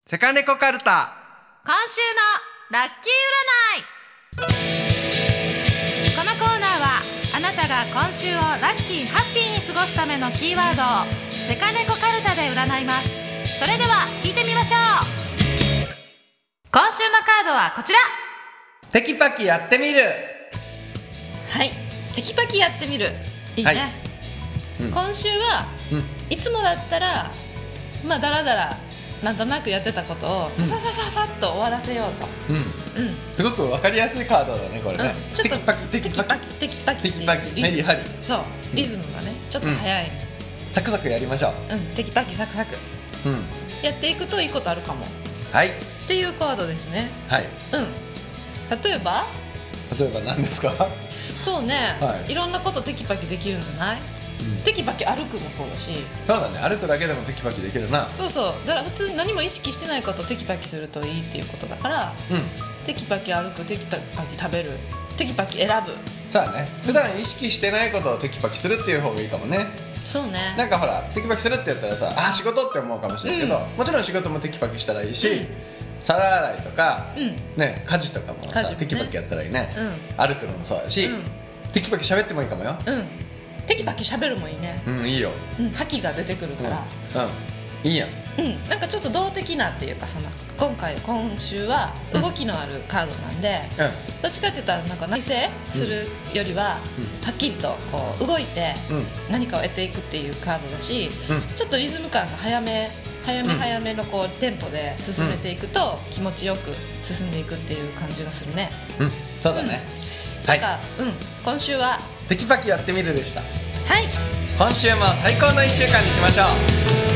セカネコカルタ。 今週のラッキー占い。このコーナーはあなたが今週をラッキーハッピーに過ごすためのキーワードをセカネコカルタで占います。それでは引いてみましょう。今週のカードはこちら。 テキパキやってみる。 はい、テキパキやってみる。いいね、 はい今週は、いつもだったらだらだらなんとなくやってたことをさっと終わらせようと、 すごく分かりやすいカードだねこれね、 ちょっとテキパキテキパキメリハリ、 そうリズムがねちょっと早い、 サクサクやりましょう。 テキパキサクサク、やっていくといいことあるかもはいっていうカードですね。 はい。 例えば何ですか？ そうね、 はいいろんなことテキパキできるんじゃない？テキパキ歩くもそうだし、 そうだね、歩くだけでもテキパキできるな。 そうだから普通何も意識してないことをテキパキするといいっていうことだから、テキパキ歩く、テキパキ食べる、テキパキ選ぶ。 そうだね、普段意識してないことをテキパキするっていう方がいいかもね。 そうね、 なんかほらテキパキするって言ったらさ、仕事って思うかもしれないけど、もちろん仕事もテキパキしたらいいし、皿洗いとか、ね、家事とかもさ、テキパキやったらいいね、歩くのもそうだし、テキパキ喋ってもいいかもよ。 テキパキ喋るもいいね。 いいよ。 覇気が出てくるから、 いいやん。 なんかちょっと動的なっていうか、今週は動きのあるカードなんで、どっちかって言ったらなんか内省するよりは、はっきりとこう動いて何かを得ていくっていうカードだし、ちょっとリズム感が早めのこうテンポで進めていくと気持ちよく進んでいくっていう感じがするね。 そうだね。 なんか、今週はテキパキやってみるでした。 はい、 今週も最高の1週間にしましょう。